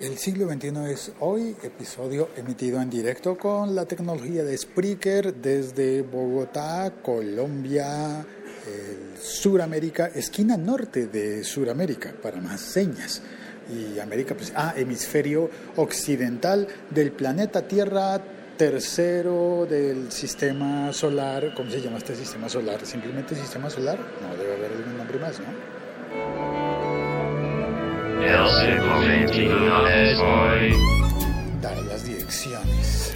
El siglo XXI es hoy, episodio emitido en directo con la tecnología de Spreaker desde Bogotá, Colombia, Suramérica, esquina norte de Suramérica, para más señas. Y América, pues, hemisferio occidental del planeta Tierra, tercero del sistema solar. ¿Cómo se llama este sistema solar? ¿Simplemente sistema solar? No, debe haber algún nombre más, ¿no? Dar las direcciones.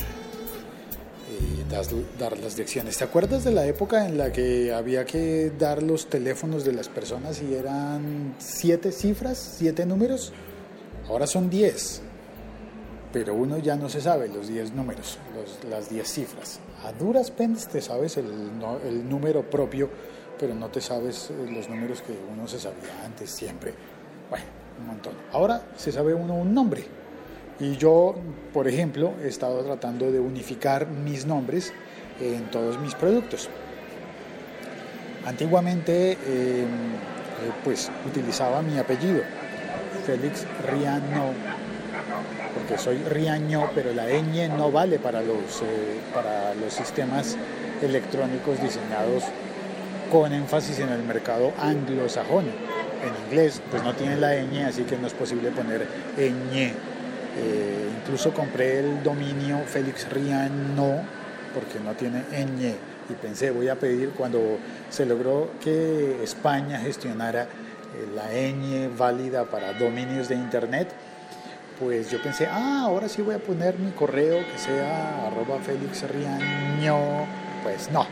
Dar las direcciones. ¿Te acuerdas de la época en la que había que dar los teléfonos de las personas y eran 7 cifras, 7 números? Ahora son 10. Pero uno ya no se sabe los 10 números, las 10 cifras. A duras penas te sabes el número propio, pero no te sabes los números que uno se sabía antes siempre. Bueno, un montón. Ahora se sabe uno un nombre. Y yo, por ejemplo, he estado tratando de unificar mis nombres en todos mis productos. Antiguamente, pues utilizaba mi apellido, Félix Riaño, porque soy Riaño, pero la ñ no vale para los sistemas electrónicos diseñados con énfasis en el mercado anglosajón. En inglés, pues no tiene la ñ, así que no es posible poner ñ. Incluso compré el dominio Félix Riaño porque no tiene ñ. Y pensé, voy a pedir, cuando se logró que España gestionara la ñ válida para dominios de internet, pues yo pensé, ahora sí voy a poner mi correo que sea @FélixRiaño. Pues no,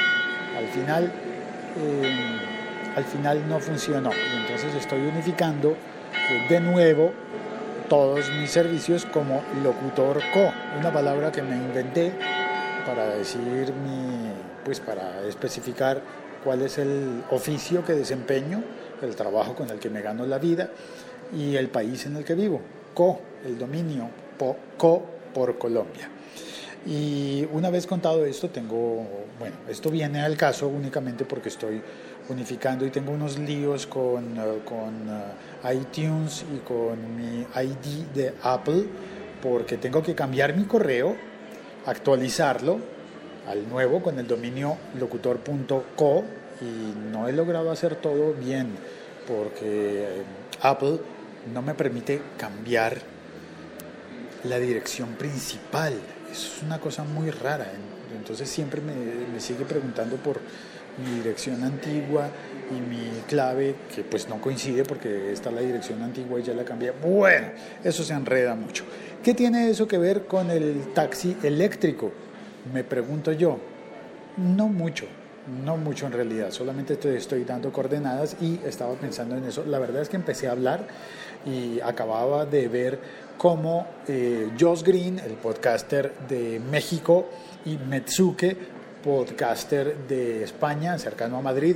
al final no funcionó. Y entonces estoy unificando de nuevo todos mis servicios como Locutor Co, una palabra que me inventé para decir para especificar cuál es el oficio que desempeño, el trabajo con el que me gano la vida y el país en el que vivo. Co, el dominio, Co por Colombia. Y una vez contado esto, esto viene al caso únicamente porque estoy unificando y tengo unos líos con iTunes y con mi ID de Apple, porque tengo que cambiar mi correo, actualizarlo al nuevo con el dominio locutor.co y no he logrado hacer todo bien porque Apple no me permite cambiar la dirección principal. Eso es una cosa muy rara. Entonces siempre me sigue preguntando por mi dirección antigua y mi clave, que pues no coincide porque está la dirección antigua y ya la cambié. Bueno, eso se enreda mucho. ¿Qué tiene eso que ver con el taxi eléctrico? Me pregunto yo. No mucho en realidad, solamente estoy dando coordenadas y estaba pensando en eso. La verdad es que empecé a hablar y acababa de ver cómo Josh Green, el podcaster de México, y Metsuke, podcaster de España, cercano a Madrid,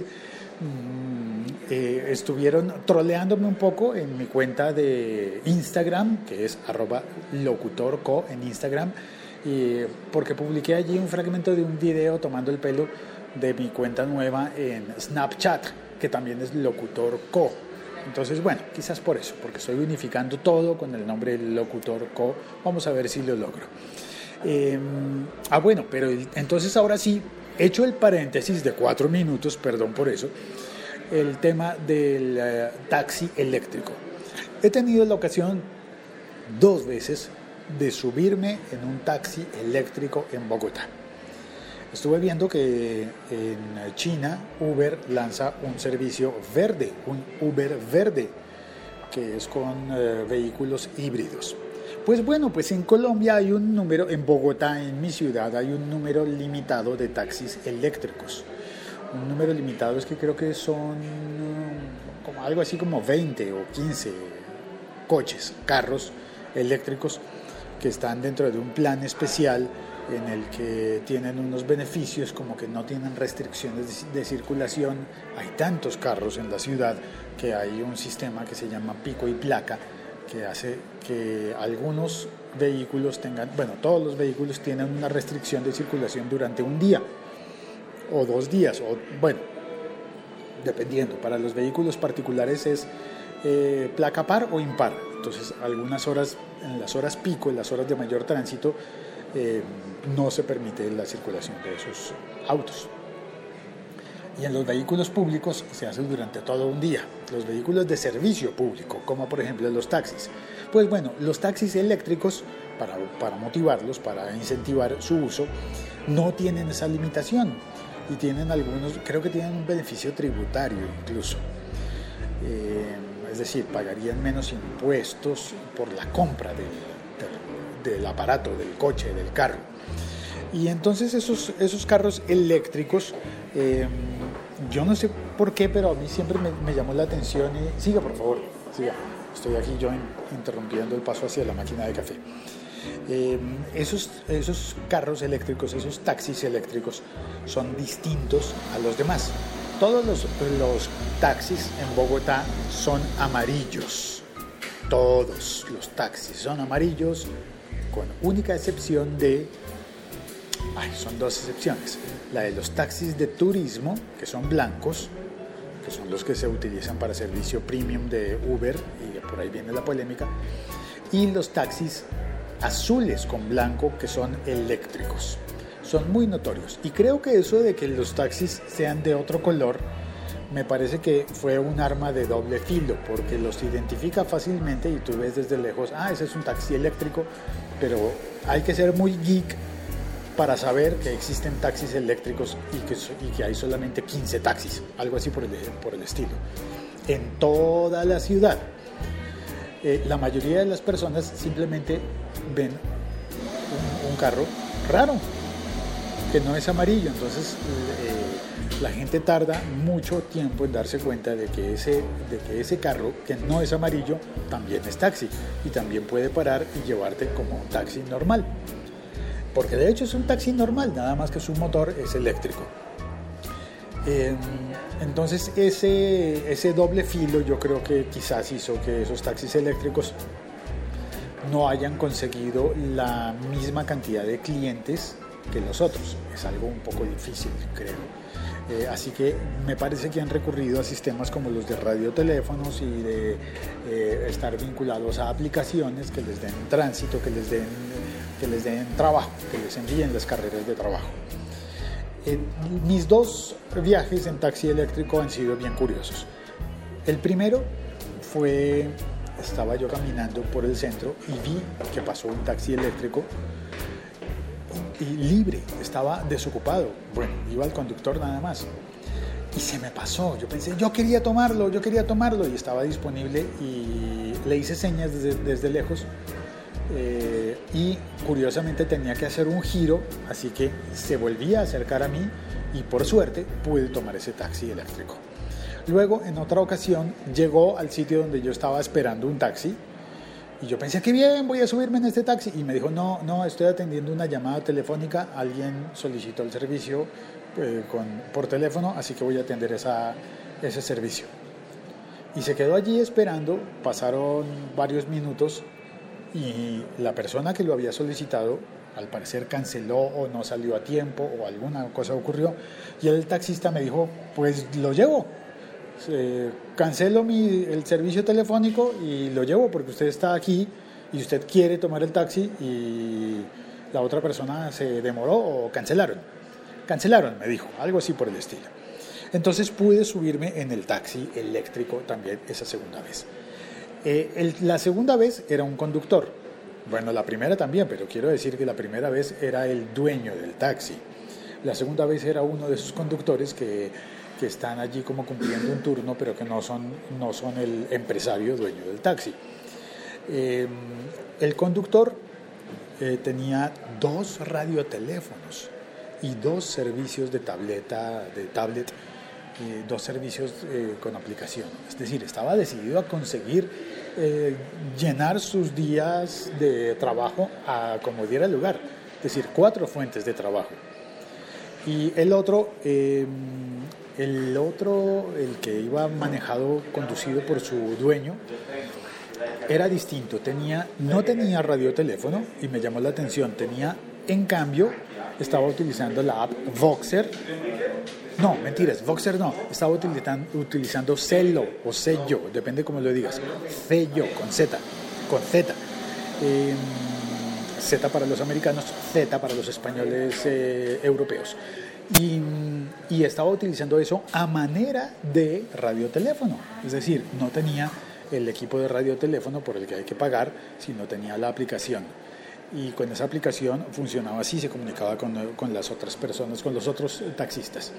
estuvieron troleándome un poco en mi cuenta de Instagram, que es @locutorco en Instagram, porque publiqué allí un fragmento de un video tomando el pelo de mi cuenta nueva en Snapchat, que también es Locutor.co. Entonces, bueno, quizás por eso, porque estoy unificando todo con el nombre Locutor.co. Vamos a ver si lo logro. Pero entonces ahora sí, hecho el paréntesis de 4 minutos, perdón por eso, el tema del taxi eléctrico. He tenido la ocasión 2 veces de subirme en un taxi eléctrico en Bogotá. Estuve viendo que en China Uber lanza un servicio verde, un Uber verde, que es con vehículos híbridos. Pues en Colombia hay un número, en Bogotá, en mi ciudad, hay un número limitado de taxis eléctricos. Un número limitado es que creo que son como algo así como 20 o 15 carros eléctricos que están dentro de un plan especial en el que tienen unos beneficios como que no tienen restricciones de circulación. Hay tantos carros en la ciudad que hay un sistema que se llama pico y placa, que hace que algunos vehículos todos los vehículos tienen una restricción de circulación durante un día o 2 días, dependiendo. Para los vehículos particulares es placa par o impar. Entonces, algunas horas, en las horas pico, en las horas de mayor tránsito, no se permite la circulación de esos autos. Y en los vehículos públicos se hace durante todo un día. Los vehículos de servicio público, como por ejemplo los taxis. Pues bueno, los taxis eléctricos, para motivarlos, para incentivar su uso, no tienen esa limitación. Y tienen algunos, creo que tienen un beneficio tributario incluso. Es decir, pagarían menos impuestos por la compra del aparato, del coche, del carro. Y entonces esos carros eléctricos, yo no sé por qué, pero a mí siempre me llamó la atención. Siga, por favor, siga. Estoy aquí yo interrumpiendo el paso hacia la máquina de café. Esos carros eléctricos, esos taxis eléctricos son distintos a los demás. Todos los taxis en Bogotá son amarillos. Todos los taxis son amarillos, con única excepción son dos excepciones. La de los taxis de turismo, que son blancos, que son los que se utilizan para servicio premium de Uber, y por ahí viene la polémica, y los taxis azules con blanco, que son eléctricos. Son muy notorios. Y creo que eso de que los taxis sean de otro color, me parece que fue un arma de doble filo, porque los identifica fácilmente y tú ves desde lejos, ese es un taxi eléctrico, pero hay que ser muy geek para saber que existen taxis eléctricos y que hay solamente 15 taxis, algo así por el estilo, en toda la ciudad. La mayoría de las personas simplemente ven un carro raro, que no es amarillo, entonces la gente tarda mucho tiempo en darse cuenta de que ese carro que no es amarillo también es taxi y también puede parar y llevarte como un taxi normal, porque de hecho es un taxi normal, nada más que su motor es eléctrico. Entonces ese doble filo yo creo que quizás hizo que esos taxis eléctricos no hayan conseguido la misma cantidad de clientes que los otros. Es algo un poco difícil, creo. Así que me parece que han recurrido a sistemas como los de radioteléfonos y de estar vinculados a aplicaciones que les den tránsito, que les den trabajo, que les envíen las carreras de trabajo. Mis dos viajes en taxi eléctrico han sido bien curiosos. El primero estaba yo caminando por el centro y vi que pasó un taxi eléctrico y libre, estaba desocupado. Bueno, iba el conductor nada más. Y se me pasó, yo pensé, yo quería tomarlo y estaba disponible y le hice señas desde lejos. Y curiosamente tenía que hacer un giro, así que se volvía a acercar a mí y por suerte pude tomar ese taxi eléctrico. Luego, en otra ocasión, llegó al sitio donde yo estaba esperando un taxi y yo pensé, qué bien, voy a subirme en este taxi, y me dijo, no, estoy atendiendo una llamada telefónica, alguien solicitó el servicio por teléfono, así que voy a atender ese servicio. Y se quedó allí esperando, pasaron varios minutos y la persona que lo había solicitado al parecer canceló o no salió a tiempo o alguna cosa ocurrió y el taxista me dijo, pues lo llevo, cancelo el servicio telefónico y lo llevo porque usted está aquí y usted quiere tomar el taxi y la otra persona se demoró o cancelaron, me dijo, algo así por el estilo. Entonces pude subirme en el taxi eléctrico también esa segunda vez. La segunda vez era un conductor. Bueno, la primera también, pero quiero decir que la primera vez era el dueño del taxi. La segunda vez era uno de esos conductores que están allí como cumpliendo un turno, pero que no son el empresario dueño del taxi. El conductor tenía 2 radioteléfonos y 2 servicios de tablet, 2 servicios con aplicación. Es decir, estaba decidido a conseguir llenar sus días de trabajo a como diera lugar. Es decir, 4 fuentes de trabajo. Y el que iba manejado, conducido por su dueño, era distinto. No tenía radioteléfono y me llamó la atención. En cambio, estaba utilizando la app Voxer. No, mentiras, Voxer no. Estaba utilizando Cello o Sello, depende cómo lo digas. Cello, con Z. con Z. Z para los americanos, Z para los españoles europeos. Y estaba utilizando eso a manera de radioteléfono. Es decir, no tenía el equipo de radioteléfono por el que hay que pagar, sino tenía la aplicación. Y con esa aplicación funcionaba así, se comunicaba con las otras personas, con los otros taxistas.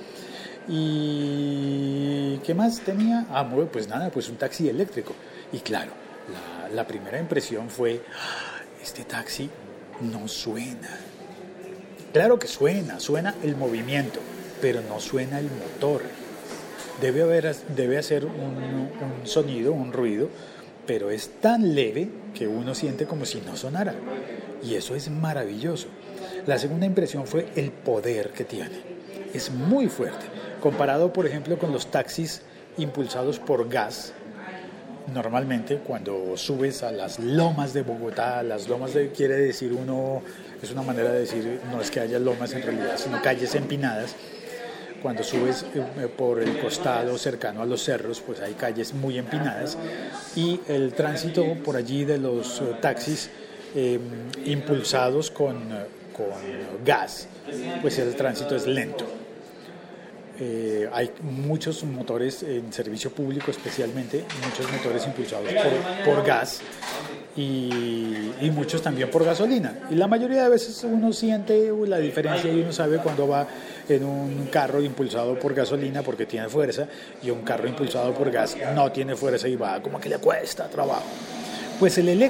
¿Y qué más tenía? Pues nada, pues un taxi eléctrico. Y claro, la primera impresión fue, este taxi no suena. Claro que suena el movimiento, pero no suena el motor. Debe hacer un sonido, un ruido, pero es tan leve que uno siente como si no sonara. Y eso es maravilloso. La segunda impresión fue el poder que tiene. Es muy fuerte. Comparado, por ejemplo, con los taxis impulsados por gas. Normalmente cuando subes a las lomas de Bogotá, quiere decir uno, es una manera de decir, no es que haya lomas en realidad, sino calles empinadas. Cuando subes por el costado cercano a los cerros, pues hay calles muy empinadas y el tránsito por allí de los taxis impulsados con gas, pues el tránsito es lento. Hay muchos motores en servicio público, especialmente muchos motores impulsados por gas y muchos también por gasolina. Y la mayoría de veces uno siente la diferencia y uno sabe cuando va en un carro impulsado por gasolina porque tiene fuerza y un carro impulsado por gas no tiene fuerza y va como que le cuesta trabajo. Pues el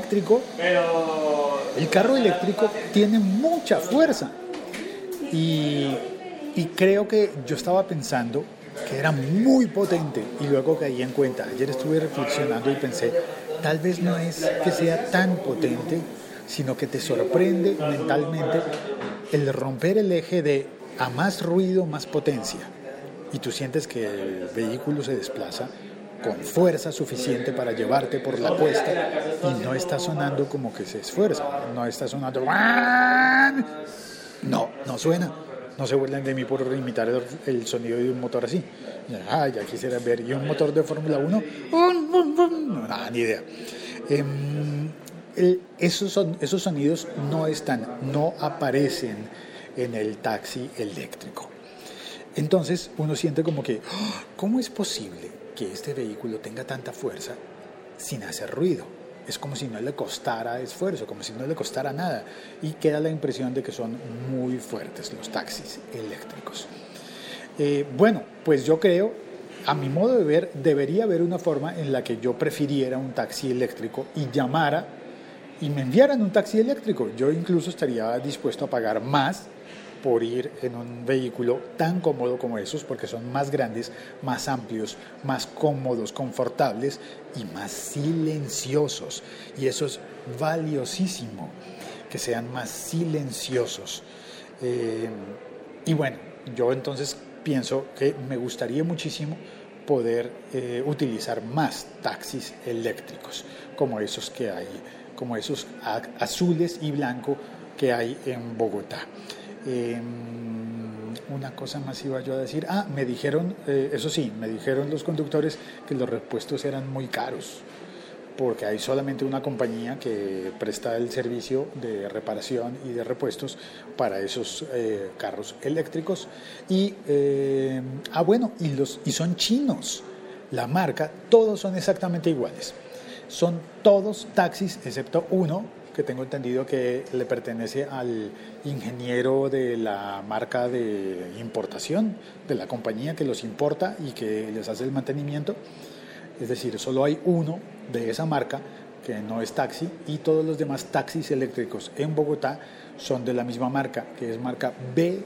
carro eléctrico tiene mucha fuerza y creo que yo estaba pensando que era muy potente y luego caí en cuenta. Ayer estuve reflexionando y pensé, tal vez no es que sea tan potente, sino que te sorprende mentalmente el romper el eje de a más ruido, más potencia. Y tú sientes que el vehículo se desplaza con fuerza suficiente para llevarte por la cuesta y no está sonando como que se esfuerza, no está sonando... No suena. No se burlen de mí por imitar el sonido de un motor así. Ya quisiera ver. ¿Y un motor de Fórmula 1? No, ni idea. Esos sonidos no aparecen en el taxi eléctrico. Entonces uno siente como que, ¿cómo es posible que este vehículo tenga tanta fuerza sin hacer ruido? Es como si no le costara esfuerzo, como si no le costara nada. Y queda la impresión de que son muy fuertes los taxis eléctricos. Bueno, pues yo creo, a mi modo de ver, debería haber una forma en la que yo prefiriera un taxi eléctrico y llamara y me enviaran un taxi eléctrico. Yo incluso estaría dispuesto a pagar más por ir en un vehículo tan cómodo como esos, porque son más grandes, más amplios, más cómodos, confortables y más silenciosos. Y eso es valiosísimo, que sean más silenciosos. Y bueno, yo entonces pienso que me gustaría muchísimo poder utilizar más taxis eléctricos, como esos que hay, como esos azules y blancos que hay en Bogotá. Una cosa más iba yo a decir. Me dijeron, eso sí, me dijeron los conductores que los repuestos eran muy caros, porque hay solamente una compañía que presta el servicio de reparación y de repuestos para esos carros eléctricos. Y son chinos. La marca, todos son exactamente iguales. Son todos taxis, excepto uno, que tengo entendido que le pertenece al ingeniero de la marca de importación, de la compañía que los importa y que les hace el mantenimiento. Es decir, solo hay uno de esa marca que no es taxi y todos los demás taxis eléctricos en Bogotá son de la misma marca, que es marca BYD.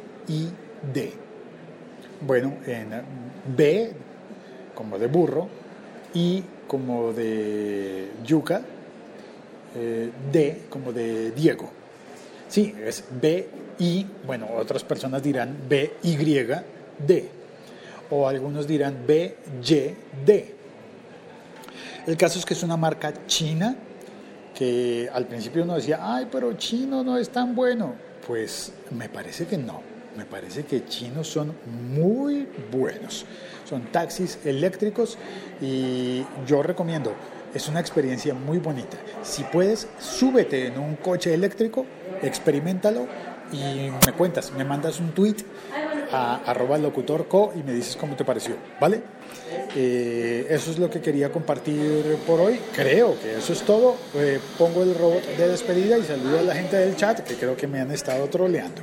Bueno, en B como de burro y como de yuca, D como de Diego. Sí, es BY, bueno, otras personas dirán BYD o algunos dirán BYD. El caso es que es una marca china que al principio uno decía, pero chino no es tan bueno. Pues me parece que no, me parece que chinos son muy buenos. Son taxis eléctricos y yo recomiendo Es una experiencia muy bonita. Si puedes, súbete en un coche eléctrico, experiméntalo y me cuentas, me mandas un tweet a @locutorco y me dices cómo te pareció, ¿vale? Eso es lo que quería compartir por hoy. Creo que eso es todo. Pongo el robot de despedida y saludo a la gente del chat que creo que me han estado troleando.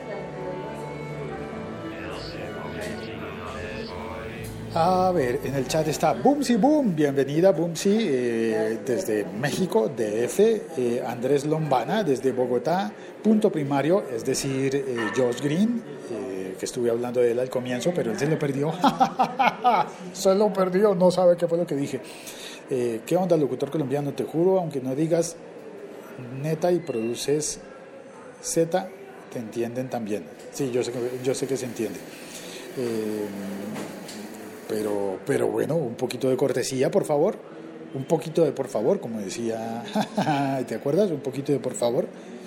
A ver, en el chat está Boomsy Boom, bienvenida Boomsy, desde México, DF, Andrés Lombana, desde Bogotá, Punto Primario, es decir, Josh Green, que estuve hablando de él al comienzo, pero él se lo perdió, se lo perdió, no sabe qué fue lo que dije. ¿Qué onda, locutor colombiano? Te juro, aunque no digas neta y produces Z, te entienden también. Sí, yo sé que se entiende. Pero bueno, un poquito de cortesía, por favor. Un poquito de por favor, como decía. ¿Te acuerdas? Un poquito de por favor.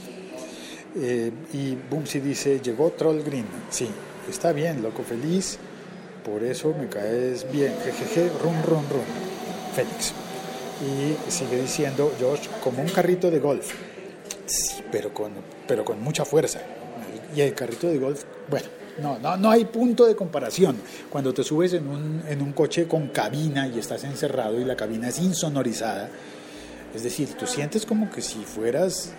Y Boomsy dice, llegó Troll Green. Sí, está bien, loco, feliz. Por eso me caes bien. Jejeje, run, run, run. Félix. Y sigue diciendo Josh, como un carrito de golf. Sí, pero con mucha fuerza. Y el carrito de golf, bueno. No hay punto de comparación. Cuando te subes en un coche con cabina y estás encerrado y la cabina es insonorizada, es decir, tú sientes como que si fueras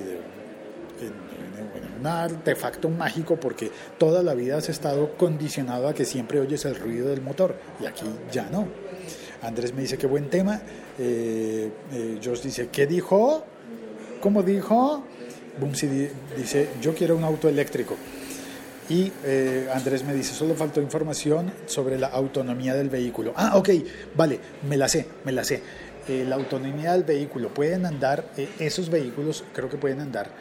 en un artefacto mágico, porque toda la vida has estado condicionado a que siempre oyes el ruido del motor y aquí ya no. Andrés me dice qué buen tema. Josh dice, ¿qué dijo? ¿Cómo dijo? Boomsy dice, yo quiero un auto eléctrico. Y Andrés me dice, solo faltó información sobre la autonomía del vehículo. Ah, ok, vale, me la sé. La autonomía del vehículo, pueden andar, esos vehículos creo que pueden andar.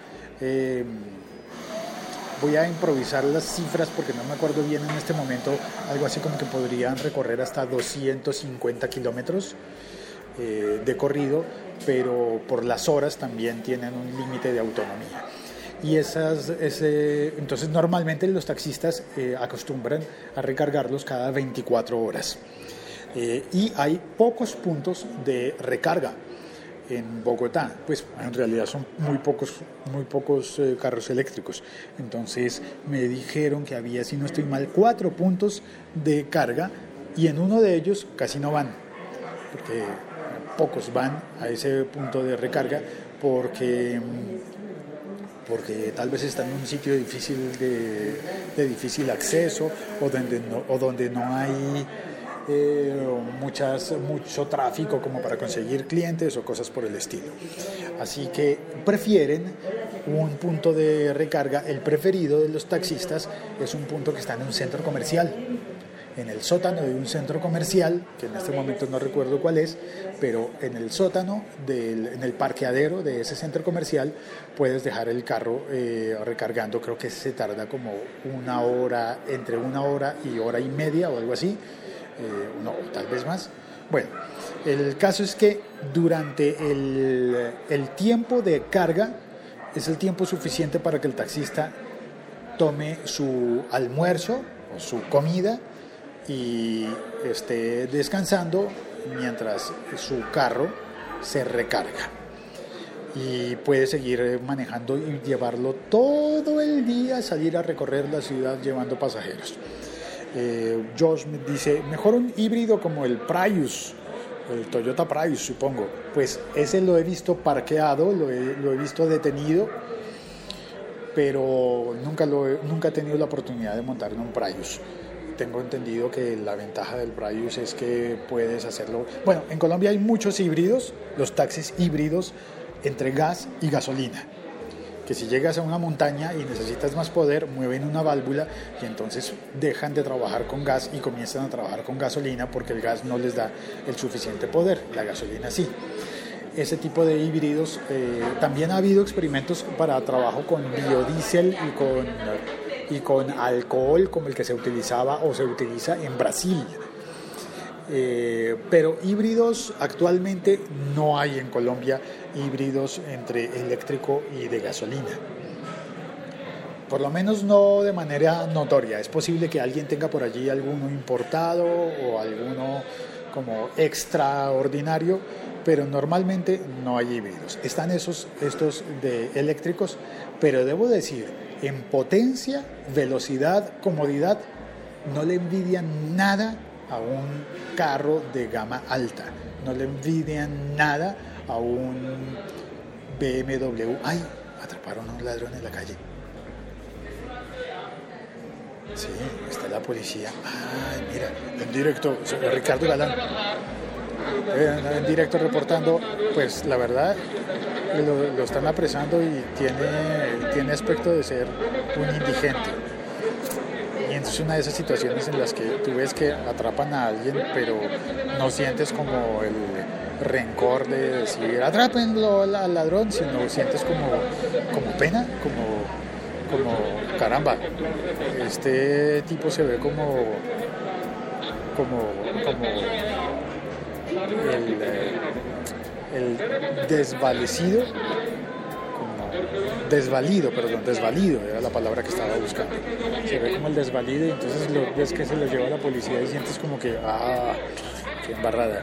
Voy a improvisar las cifras porque no me acuerdo bien en este momento, algo así como que podrían recorrer hasta 250 kilómetros de corrido, pero por las horas también tienen un límite de autonomía. Y entonces normalmente los taxistas acostumbran a recargarlos cada 24 horas. Y hay pocos puntos de recarga en Bogotá, pues en realidad son muy pocos carros eléctricos. Entonces me dijeron que había, si no estoy mal, 4 puntos de carga y en uno de ellos casi no van, porque pocos van a ese punto de recarga porque tal vez está en un sitio difícil de difícil acceso o donde no hay mucho tráfico como para conseguir clientes o cosas por el estilo. Así que prefieren un punto de recarga. El preferido de los taxistas es un punto que está en un centro comercial, en el sótano de un centro comercial, que en este momento no recuerdo cuál es, pero en el sótano, en el parqueadero de ese centro comercial, puedes dejar el carro recargando. Creo que se tarda como una hora, entre una hora y hora y media o algo así, no, tal vez más. Bueno, el caso es que durante el tiempo de carga es el tiempo suficiente para que el taxista tome su almuerzo o su comida y esté descansando mientras su carro se recarga y puede seguir manejando y llevarlo todo el día, salir a recorrer la ciudad llevando pasajeros. Josh me dice, mejor un híbrido como el Prius, el Toyota Prius, supongo. Pues ese lo he visto parqueado, lo he visto detenido, pero nunca he tenido la oportunidad de montar en un Prius. Tengo entendido que la ventaja del Prius es que puedes hacerlo. Bueno, en Colombia hay muchos híbridos, los taxis híbridos entre gas y gasolina, que si llegas a una montaña y necesitas más poder, mueven una válvula y entonces dejan de trabajar con gas y comienzan a trabajar con gasolina porque el gas no les da el suficiente poder, la gasolina sí. Ese tipo de híbridos, también ha habido experimentos para trabajo con biodiesel y con alcohol como el que se utilizaba o se utiliza en Brasil. Pero híbridos actualmente no hay en Colombia, híbridos entre eléctrico y de gasolina, por lo menos no de manera notoria. Es posible que alguien tenga por allí alguno importado o alguno como extraordinario, pero normalmente no hay híbridos. Están estos de eléctricos, pero debo decir, en potencia, velocidad, comodidad, no le envidian nada a un carro de gama alta, no le envidian nada a un BMW. ¡Ay! Atraparon a un ladrón en la calle. Sí, está la policía. ¡Ay, mira! En directo, Ricardo Galán. En directo reportando, pues la verdad, lo están apresando y tiene aspecto de ser un indigente. Y entonces una de esas situaciones en las que tú ves que atrapan a alguien, pero no sientes como el rencor de decir atrápenlo al ladrón, sino sientes como pena, como caramba, este tipo se ve como el desvalecido, desvalido era la palabra que estaba buscando. Se ve como el desvalido y entonces lo ves que se lo lleva a la policía y sientes como que qué embarrada.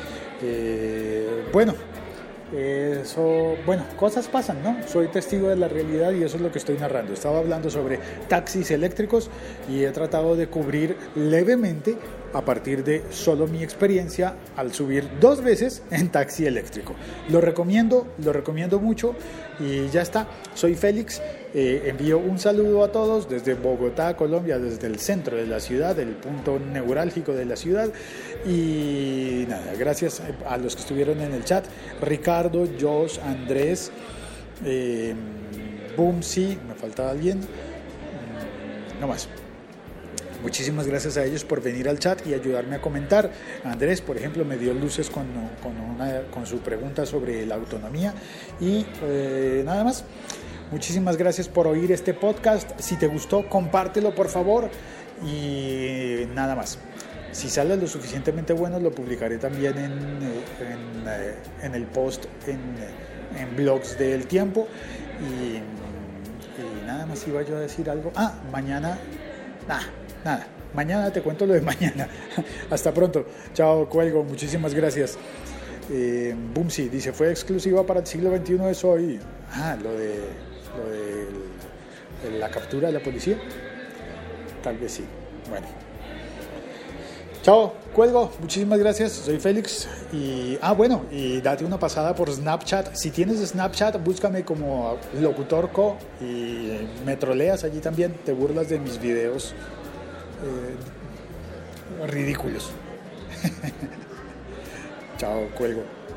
Cosas pasan, ¿no? Soy testigo de la realidad y eso es lo que estoy narrando. Estaba hablando sobre taxis eléctricos y he tratado de cubrir levemente a partir de solo mi experiencia al subir 2 veces en taxi eléctrico. Lo recomiendo mucho y ya está. Soy Félix, envío un saludo a todos desde Bogotá, Colombia, desde el centro de la ciudad, el punto neurálgico de la ciudad. Y nada, gracias a los que estuvieron en el chat, Ricardo, Josh, Andrés, Boomsy, me falta alguien, no más. Muchísimas gracias a ellos por venir al chat y ayudarme a comentar. Andrés, por ejemplo, me dio luces con su pregunta sobre la autonomía y nada más. Muchísimas gracias por oír este podcast. Si te gustó, compártelo por favor y nada más. Si sale lo suficientemente bueno, lo publicaré también en el post en blogs del tiempo y nada más. Iba yo a decir algo. Mañana nada, mañana te cuento lo de mañana. Hasta pronto, chao, cuelgo, muchísimas gracias. Boomsy dice, fue exclusiva para el siglo XXI eso hoy. Lo de la captura de la policía, tal vez sí. Bueno, chao, cuelgo, muchísimas gracias, soy Félix y date una pasada por Snapchat. Si tienes Snapchat, búscame como Locutorco y me troleas allí también, te burlas de mis videos ridículos. Chao, cuelgo.